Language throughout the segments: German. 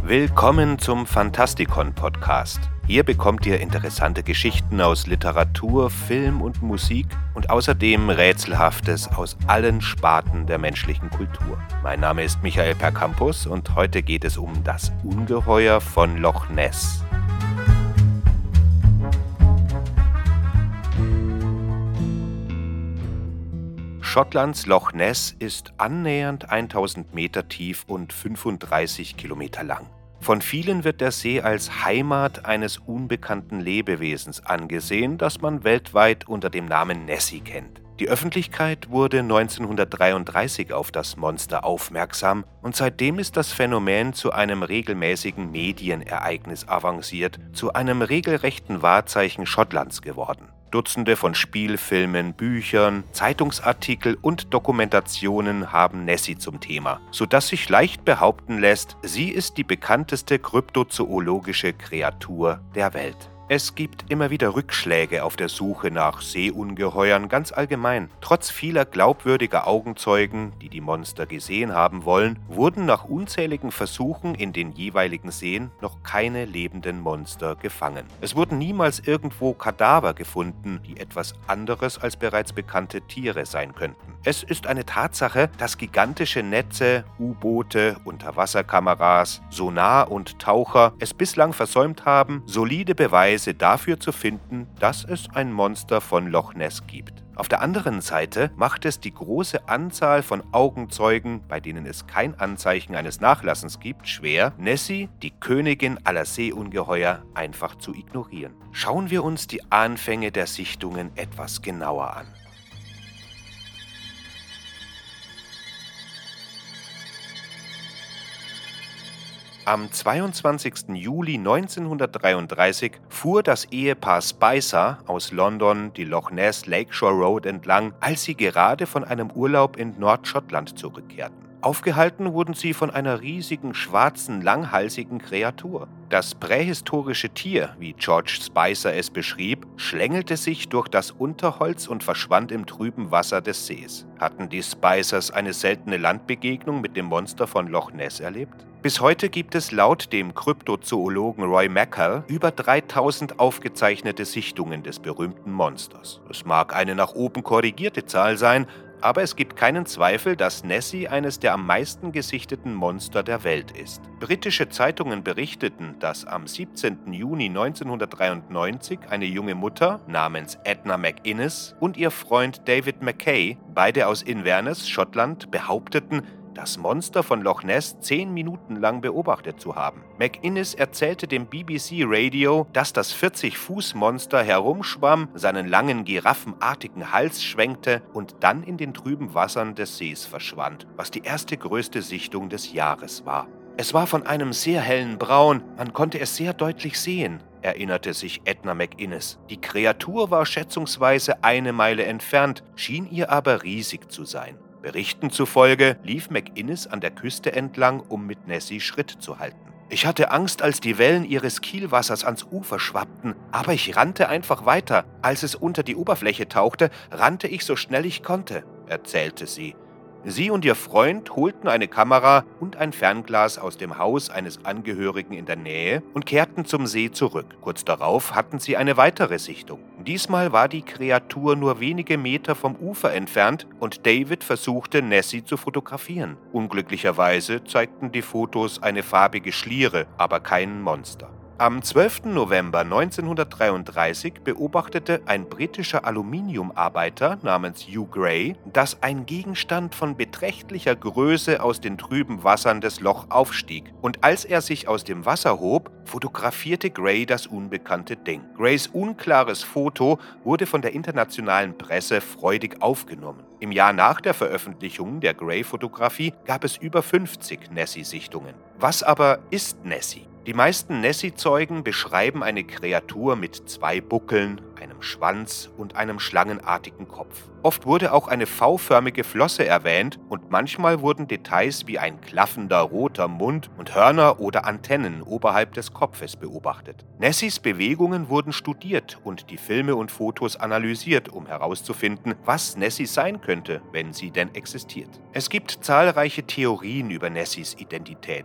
Willkommen zum Fantastikon-Podcast. Hier bekommt ihr interessante Geschichten aus Literatur, Film und Musik und außerdem Rätselhaftes aus allen Sparten der menschlichen Kultur. Mein Name ist Michael Percampus und heute geht es um das Ungeheuer von Loch Ness. Schottlands Loch Ness ist annähernd 1000 Meter tief und 35 Kilometer lang. Von vielen wird der See als Heimat eines unbekannten Lebewesens angesehen, das man weltweit unter dem Namen Nessie kennt. Die Öffentlichkeit wurde 1933 auf das Monster aufmerksam und seitdem ist das Phänomen zu einem regelmäßigen Medienereignis avanciert, zu einem regelrechten Wahrzeichen Schottlands geworden. Dutzende von Spielfilmen, Büchern, Zeitungsartikel und Dokumentationen haben Nessie zum Thema, sodass sich leicht behaupten lässt, sie ist die bekannteste kryptozoologische Kreatur der Welt. Es gibt immer wieder Rückschläge auf der Suche nach Seeungeheuern ganz allgemein. Trotz vieler glaubwürdiger Augenzeugen, die die Monster gesehen haben wollen, wurden nach unzähligen Versuchen in den jeweiligen Seen noch keine lebenden Monster gefangen. Es wurden niemals irgendwo Kadaver gefunden, die etwas anderes als bereits bekannte Tiere sein könnten. Es ist eine Tatsache, dass gigantische Netze, U-Boote, Unterwasserkameras, Sonar und Taucher es bislang versäumt haben, solide Beweise dafür zu finden, dass es ein Monster von Loch Ness gibt. Auf der anderen Seite macht es die große Anzahl von Augenzeugen, bei denen es kein Anzeichen eines Nachlassens gibt, schwer, Nessie, die Königin aller Seeungeheuer, einfach zu ignorieren. Schauen wir uns die Anfänge der Sichtungen etwas genauer an. Am 22. Juli 1933 fuhr das Ehepaar Spicer aus London die Loch Ness Lakeshore Road entlang, als sie gerade von einem Urlaub in Nordschottland zurückkehrten. Aufgehalten wurden sie von einer riesigen, schwarzen, langhalsigen Kreatur. Das prähistorische Tier, wie George Spicer es beschrieb, schlängelte sich durch das Unterholz und verschwand im trüben Wasser des Sees. Hatten die Spicers eine seltene Landbegegnung mit dem Monster von Loch Ness erlebt? Bis heute gibt es laut dem Kryptozoologen Roy Mackal über 3000 aufgezeichnete Sichtungen des berühmten Monsters. Es mag eine nach oben korrigierte Zahl sein, aber es gibt keinen Zweifel, dass Nessie eines der am meisten gesichteten Monster der Welt ist. Britische Zeitungen berichteten, dass am 17. Juni 1993 eine junge Mutter namens Edna McInnes und ihr Freund David Mackay, beide aus Inverness, Schottland, behaupteten, das Monster von Loch Ness 10 Minuten lang beobachtet zu haben. McInnes erzählte dem BBC Radio, dass das 40-Fuß-Monster herumschwamm, seinen langen giraffenartigen Hals schwenkte und dann in den trüben Wassern des Sees verschwand, was die erste größte Sichtung des Jahres war. Es war von einem sehr hellen Braun, man konnte es sehr deutlich sehen, erinnerte sich Edna McInnes. Die Kreatur war schätzungsweise 1 Meile entfernt, schien ihr aber riesig zu sein. Berichten zufolge lief McInnes an der Küste entlang, um mit Nessie Schritt zu halten. Ich hatte Angst, als die Wellen ihres Kielwassers ans Ufer schwappten, aber ich rannte einfach weiter. Als es unter die Oberfläche tauchte, rannte ich so schnell ich konnte, erzählte sie. Sie und ihr Freund holten eine Kamera und ein Fernglas aus dem Haus eines Angehörigen in der Nähe und kehrten zum See zurück. Kurz darauf hatten sie eine weitere Sichtung. Diesmal war die Kreatur nur wenige Meter vom Ufer entfernt und David versuchte, Nessie zu fotografieren. Unglücklicherweise zeigten die Fotos eine farbige Schliere, aber kein Monster. Am 12. November 1933 beobachtete ein britischer Aluminiumarbeiter namens Hugh Gray, dass ein Gegenstand von beträchtlicher Größe aus den trüben Wassern des Loch aufstieg. Und als er sich aus dem Wasser hob, fotografierte Gray das unbekannte Ding. Grays unklares Foto wurde von der internationalen Presse freudig aufgenommen. Im Jahr nach der Veröffentlichung der Gray-Fotografie gab es über 50 Nessie-Sichtungen. Was aber ist Nessie? Die meisten Nessie-Zeugen beschreiben eine Kreatur mit 2 Buckeln, einem Schwanz und einem schlangenartigen Kopf. Oft wurde auch eine V-förmige Flosse erwähnt und manchmal wurden Details wie ein klaffender roter Mund und Hörner oder Antennen oberhalb des Kopfes beobachtet. Nessies Bewegungen wurden studiert und die Filme und Fotos analysiert, um herauszufinden, was Nessie sein könnte, wenn sie denn existiert. Es gibt zahlreiche Theorien über Nessies Identität.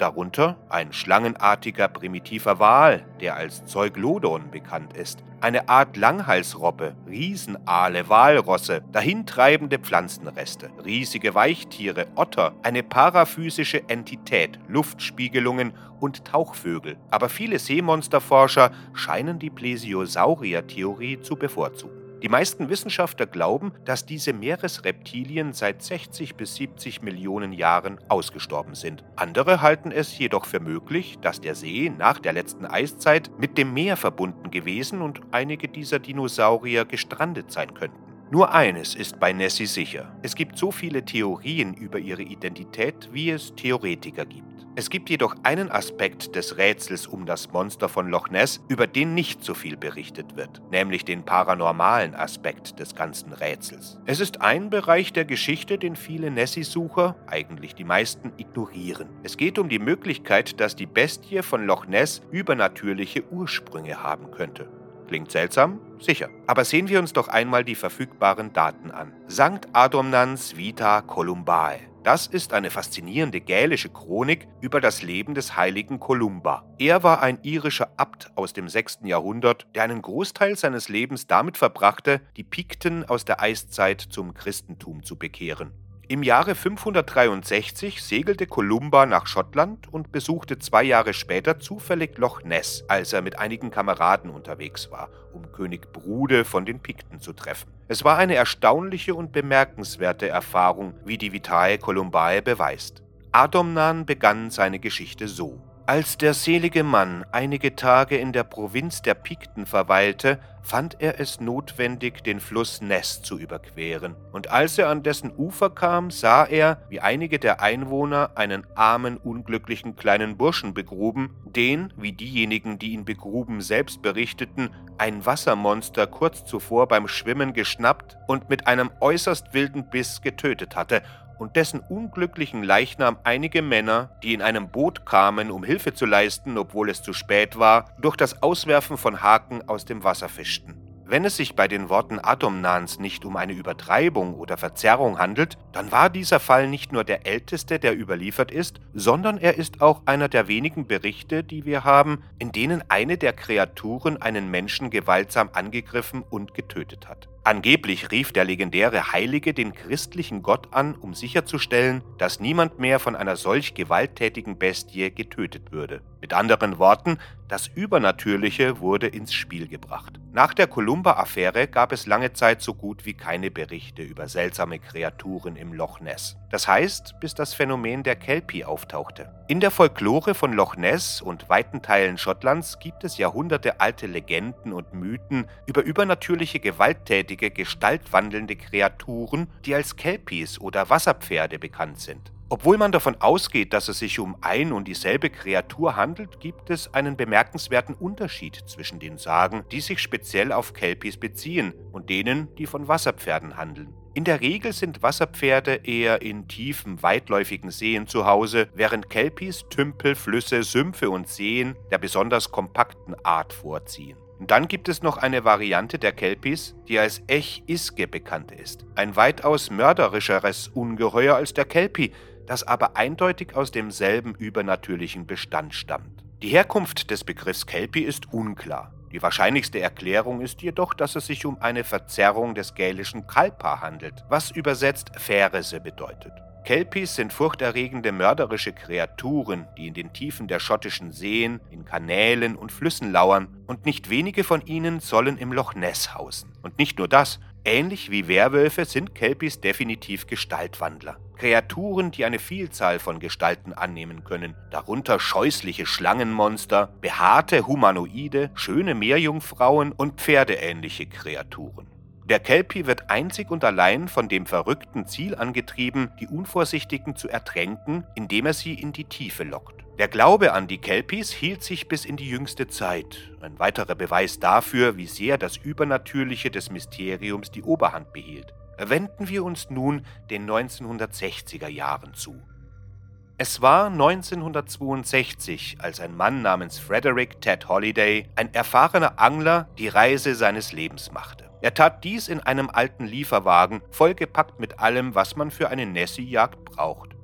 Darunter ein schlangenartiger primitiver Wal, der als Zeuglodon bekannt ist, eine Art Langhalsrobbe, Riesenaale, Walrosse, dahintreibende Pflanzenreste, riesige Weichtiere, Otter, eine paraphysische Entität, Luftspiegelungen und Tauchvögel. Aber viele Seemonsterforscher scheinen die Plesiosaurier-Theorie zu bevorzugen. Die meisten Wissenschaftler glauben, dass diese Meeresreptilien seit 60 bis 70 Millionen Jahren ausgestorben sind. Andere halten es jedoch für möglich, dass der See nach der letzten Eiszeit mit dem Meer verbunden gewesen und einige dieser Dinosaurier gestrandet sein könnten. Nur eines ist bei Nessie sicher: Es gibt so viele Theorien über ihre Identität, wie es Theoretiker gibt. Es gibt jedoch einen Aspekt des Rätsels um das Monster von Loch Ness, über den nicht so viel berichtet wird, nämlich den paranormalen Aspekt des ganzen Rätsels. Es ist ein Bereich der Geschichte, den viele Nessie-Sucher, eigentlich die meisten, ignorieren. Es geht um die Möglichkeit, dass die Bestie von Loch Ness übernatürliche Ursprünge haben könnte. Klingt seltsam? Sicher. Aber sehen wir uns doch einmal die verfügbaren Daten an. Sankt Adomnans Vita Columbae. Das ist eine faszinierende gälische Chronik über das Leben des heiligen Columba. Er war ein irischer Abt aus dem 6. Jahrhundert, der einen Großteil seines Lebens damit verbrachte, die Pikten aus der Eiszeit zum Christentum zu bekehren. Im Jahre 563 segelte Columba nach Schottland und besuchte 2 Jahre später zufällig Loch Ness, als er mit einigen Kameraden unterwegs war, um König Brude von den Pikten zu treffen. Es war eine erstaunliche und bemerkenswerte Erfahrung, wie die Vitae Columbae beweist. Adomnan begann seine Geschichte so: Als der selige Mann einige Tage in der Provinz der Pikten verweilte, fand er es notwendig, den Fluss Ness zu überqueren. Und als er an dessen Ufer kam, sah er, wie einige der Einwohner einen armen, unglücklichen kleinen Burschen begruben, den, wie diejenigen, die ihn begruben, selbst berichteten, ein Wassermonster kurz zuvor beim Schwimmen geschnappt und mit einem äußerst wilden Biss getötet hatte, und dessen unglücklichen Leichnam einige Männer, die in einem Boot kamen, um Hilfe zu leisten, obwohl es zu spät war, durch das Auswerfen von Haken aus dem Wasser fischten. Wenn es sich bei den Worten Adomnans nicht um eine Übertreibung oder Verzerrung handelt, dann war dieser Fall nicht nur der älteste, der überliefert ist, sondern er ist auch einer der wenigen Berichte, die wir haben, in denen eine der Kreaturen einen Menschen gewaltsam angegriffen und getötet hat. Angeblich rief der legendäre Heilige den christlichen Gott an, um sicherzustellen, dass niemand mehr von einer solch gewalttätigen Bestie getötet würde. Mit anderen Worten, das Übernatürliche wurde ins Spiel gebracht. Nach der Columba-Affäre gab es lange Zeit so gut wie keine Berichte über seltsame Kreaturen im Loch Ness. Das heißt, bis das Phänomen der Kelpie auftauchte. In der Folklore von Loch Ness und weiten Teilen Schottlands gibt es jahrhundertealte Legenden und Mythen über übernatürliche, gewalttätige, gestaltwandelnde Kreaturen, die als Kelpies oder Wasserpferde bekannt sind. Obwohl man davon ausgeht, dass es sich um ein und dieselbe Kreatur handelt, gibt es einen bemerkenswerten Unterschied zwischen den Sagen, die sich speziell auf Kelpies beziehen, und denen, die von Wasserpferden handeln. In der Regel sind Wasserpferde eher in tiefen, weitläufigen Seen zu Hause, während Kelpies Tümpel, Flüsse, Sümpfe und Seen der besonders kompakten Art vorziehen. Und dann gibt es noch eine Variante der Kelpies, die als Ech-Iske bekannt ist. Ein weitaus mörderischeres Ungeheuer als der Kelpie, das aber eindeutig aus demselben übernatürlichen Bestand stammt. Die Herkunft des Begriffs Kelpie ist unklar. Die wahrscheinlichste Erklärung ist jedoch, dass es sich um eine Verzerrung des gälischen Kalpa handelt, was übersetzt Fährese bedeutet. Kelpies sind furchterregende mörderische Kreaturen, die in den Tiefen der schottischen Seen, in Kanälen und Flüssen lauern, und nicht wenige von ihnen sollen im Loch Ness hausen. Und nicht nur das, ähnlich wie Werwölfe sind Kelpies definitiv Gestaltwandler. Kreaturen, die eine Vielzahl von Gestalten annehmen können, darunter scheußliche Schlangenmonster, behaarte Humanoide, schöne Meerjungfrauen und pferdeähnliche Kreaturen. Der Kelpie wird einzig und allein von dem verrückten Ziel angetrieben, die Unvorsichtigen zu ertränken, indem er sie in die Tiefe lockt. Der Glaube an die Kelpies hielt sich bis in die jüngste Zeit. Ein weiterer Beweis dafür, wie sehr das Übernatürliche des Mysteriums die Oberhand behielt. Wenden wir uns nun den 1960er Jahren zu. Es war 1962, als ein Mann namens Frederick Ted Holliday, ein erfahrener Angler, die Reise seines Lebens machte. Er tat dies in einem alten Lieferwagen, vollgepackt mit allem, was man für eine Nessie-Jagd braucht.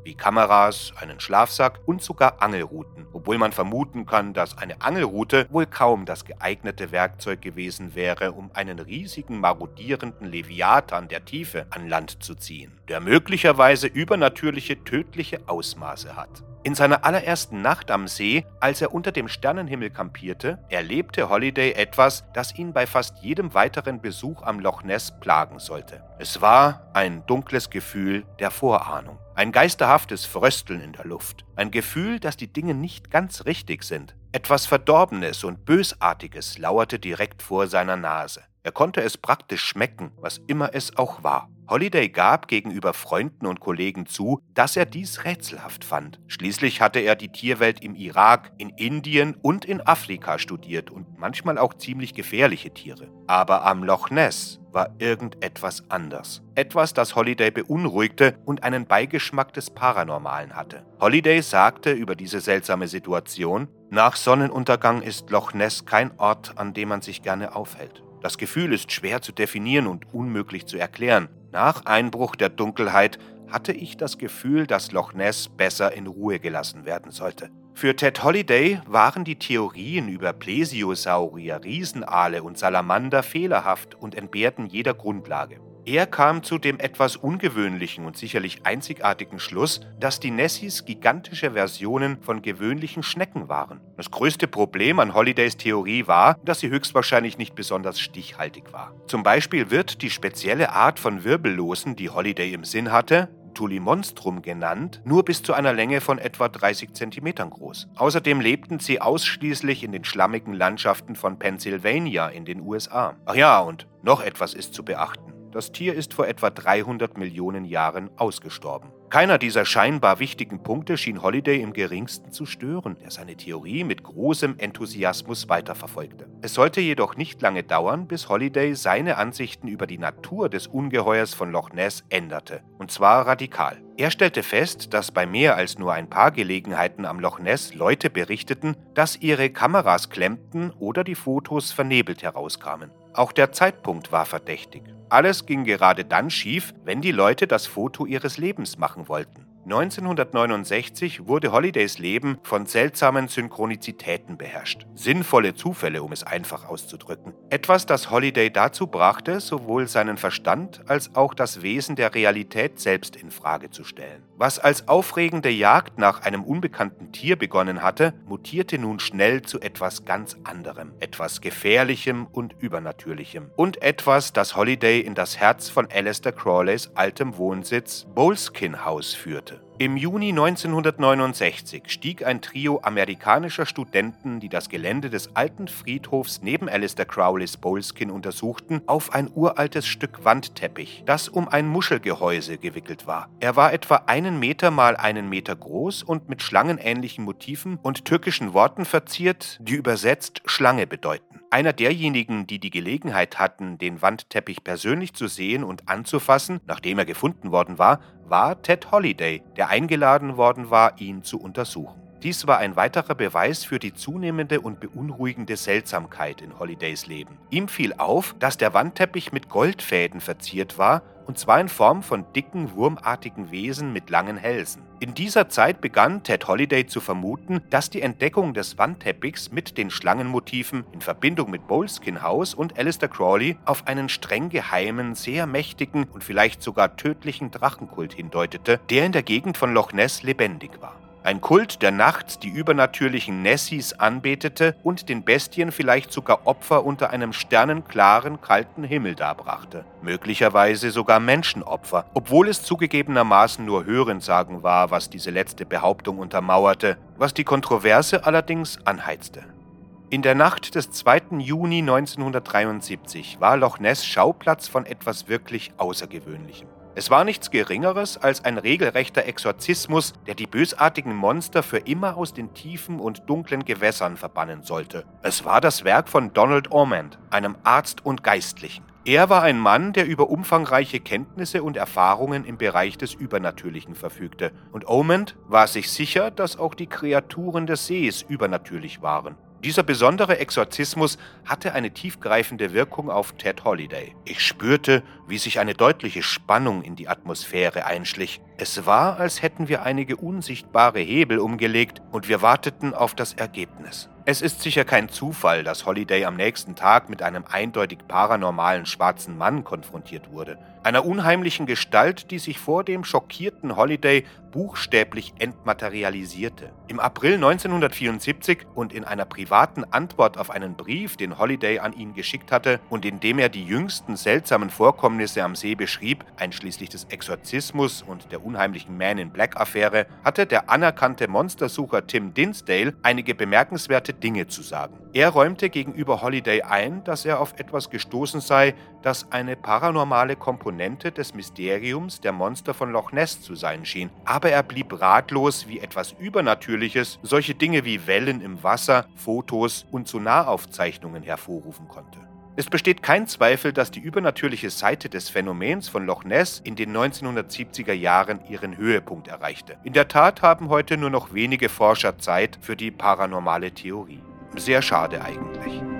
wie Kameras, einen Schlafsack und sogar Angelruten, obwohl man vermuten kann, dass eine Angelrute wohl kaum das geeignete Werkzeug gewesen wäre, um einen riesigen marodierenden Leviathan der Tiefe an Land zu ziehen, der möglicherweise übernatürliche tödliche Ausmaße hat. In seiner allerersten Nacht am See, als er unter dem Sternenhimmel kampierte, erlebte Holliday etwas, das ihn bei fast jedem weiteren Besuch am Loch Ness plagen sollte. Es war ein dunkles Gefühl der Vorahnung, ein geisterhaftes Frösteln in der Luft, ein Gefühl, dass die Dinge nicht ganz richtig sind. Etwas Verdorbenes und Bösartiges lauerte direkt vor seiner Nase. Er konnte es praktisch schmecken, was immer es auch war. Holliday gab gegenüber Freunden und Kollegen zu, dass er dies rätselhaft fand. Schließlich hatte er die Tierwelt im Irak, in Indien und in Afrika studiert und manchmal auch ziemlich gefährliche Tiere. Aber am Loch Ness war irgendetwas anders. Etwas, das Holliday beunruhigte und einen Beigeschmack des Paranormalen hatte. Holliday sagte über diese seltsame Situation: Nach Sonnenuntergang ist Loch Ness kein Ort, an dem man sich gerne aufhält. Das Gefühl ist schwer zu definieren und unmöglich zu erklären. Nach Einbruch der Dunkelheit hatte ich das Gefühl, dass Loch Ness besser in Ruhe gelassen werden sollte. Für Ted Holliday waren die Theorien über Plesiosaurier, Riesenaale und Salamander fehlerhaft und entbehrten jeder Grundlage. Er kam zu dem etwas ungewöhnlichen und sicherlich einzigartigen Schluss, dass die Nessies gigantische Versionen von gewöhnlichen Schnecken waren. Das größte Problem an Hollidays Theorie war, dass sie höchstwahrscheinlich nicht besonders stichhaltig war. Zum Beispiel wird die spezielle Art von Wirbellosen, die Holliday im Sinn hatte, Tuli-Monstrum genannt, nur bis zu einer Länge von etwa 30 Zentimetern groß. Außerdem lebten sie ausschließlich in den schlammigen Landschaften von Pennsylvania in den USA. Ach ja, und noch etwas ist zu beachten. Das Tier ist vor etwa 300 Millionen Jahren ausgestorben. Keiner dieser scheinbar wichtigen Punkte schien Holliday im geringsten zu stören, der seine Theorie mit großem Enthusiasmus weiterverfolgte. Es sollte jedoch nicht lange dauern, bis Holliday seine Ansichten über die Natur des Ungeheuers von Loch Ness änderte, und zwar radikal. Er stellte fest, dass bei mehr als nur ein paar Gelegenheiten am Loch Ness Leute berichteten, dass ihre Kameras klemmten oder die Fotos vernebelt herauskamen. Auch der Zeitpunkt war verdächtig. Alles ging gerade dann schief, wenn die Leute das Foto ihres Lebens machen wollten. 1969 wurde Hollidays Leben von seltsamen Synchronizitäten beherrscht. Sinnvolle Zufälle, um es einfach auszudrücken. Etwas, das Holliday dazu brachte, sowohl seinen Verstand als auch das Wesen der Realität selbst in Frage zu stellen. Was als aufregende Jagd nach einem unbekannten Tier begonnen hatte, mutierte nun schnell zu etwas ganz anderem, etwas Gefährlichem und Übernatürlichem. Und etwas, das Holliday in das Herz von Aleister Crowleys altem Wohnsitz Boleskine House führte. Im Juni 1969 stieg ein Trio amerikanischer Studenten, die das Gelände des alten Friedhofs neben Aleister Crowleys Boleskine untersuchten, auf ein uraltes Stück Wandteppich, das um ein Muschelgehäuse gewickelt war. Er war etwa 1 Meter mal 1 Meter groß und mit schlangenähnlichen Motiven und türkischen Worten verziert, die übersetzt Schlange bedeuten. Einer derjenigen, die die Gelegenheit hatten, den Wandteppich persönlich zu sehen und anzufassen, nachdem er gefunden worden war Ted Holliday, der eingeladen worden war, ihn zu untersuchen. Dies war ein weiterer Beweis für die zunehmende und beunruhigende Seltsamkeit in Hollidays Leben. Ihm fiel auf, dass der Wandteppich mit Goldfäden verziert war, und zwar in Form von dicken, wurmartigen Wesen mit langen Hälsen. In dieser Zeit begann Ted Holliday zu vermuten, dass die Entdeckung des Wandteppichs mit den Schlangenmotiven in Verbindung mit Boleskine House und Aleister Crowley auf einen streng geheimen, sehr mächtigen und vielleicht sogar tödlichen Drachenkult hindeutete, der in der Gegend von Loch Ness lebendig war. Ein Kult, der nachts die übernatürlichen Nessies anbetete und den Bestien vielleicht sogar Opfer unter einem sternenklaren, kalten Himmel darbrachte. Möglicherweise sogar Menschenopfer, obwohl es zugegebenermaßen nur Hörensagen war, was diese letzte Behauptung untermauerte, was die Kontroverse allerdings anheizte. In der Nacht des 2. Juni 1973 war Loch Ness Schauplatz von etwas wirklich Außergewöhnlichem. Es war nichts Geringeres als ein regelrechter Exorzismus, der die bösartigen Monster für immer aus den tiefen und dunklen Gewässern verbannen sollte. Es war das Werk von Donald Ormond, einem Arzt und Geistlichen. Er war ein Mann, der über umfangreiche Kenntnisse und Erfahrungen im Bereich des Übernatürlichen verfügte. Und Ormond war sich sicher, dass auch die Kreaturen des Sees übernatürlich waren. Dieser besondere Exorzismus hatte eine tiefgreifende Wirkung auf Ted Holiday. Ich spürte, wie sich eine deutliche Spannung in die Atmosphäre einschlich. Es war, als hätten wir einige unsichtbare Hebel umgelegt und wir warteten auf das Ergebnis. Es ist sicher kein Zufall, dass Holiday am nächsten Tag mit einem eindeutig paranormalen schwarzen Mann konfrontiert wurde. Einer unheimlichen Gestalt, die sich vor dem schockierten Holiday buchstäblich entmaterialisierte. Im April 1974 und in einer privaten Antwort auf einen Brief, den Holiday an ihn geschickt hatte und in dem er die jüngsten seltsamen Vorkommnisse am See beschrieb, einschließlich des Exorzismus und der unheimlichen Man-in-Black-Affäre, hatte der anerkannte Monstersucher Tim Dinsdale einige bemerkenswerte Dinge zu sagen. Er räumte gegenüber Holiday ein, dass er auf etwas gestoßen sei, das eine paranormale Komponente des Mysteriums der Monster von Loch Ness zu sein schien. Aber er blieb ratlos, wie etwas Übernatürliches solche Dinge wie Wellen im Wasser, Fotos und Sonaraufzeichnungen hervorrufen konnte. Es besteht kein Zweifel, dass die übernatürliche Seite des Phänomens von Loch Ness in den 1970er Jahren ihren Höhepunkt erreichte. In der Tat haben heute nur noch wenige Forscher Zeit für die paranormale Theorie. Sehr schade eigentlich.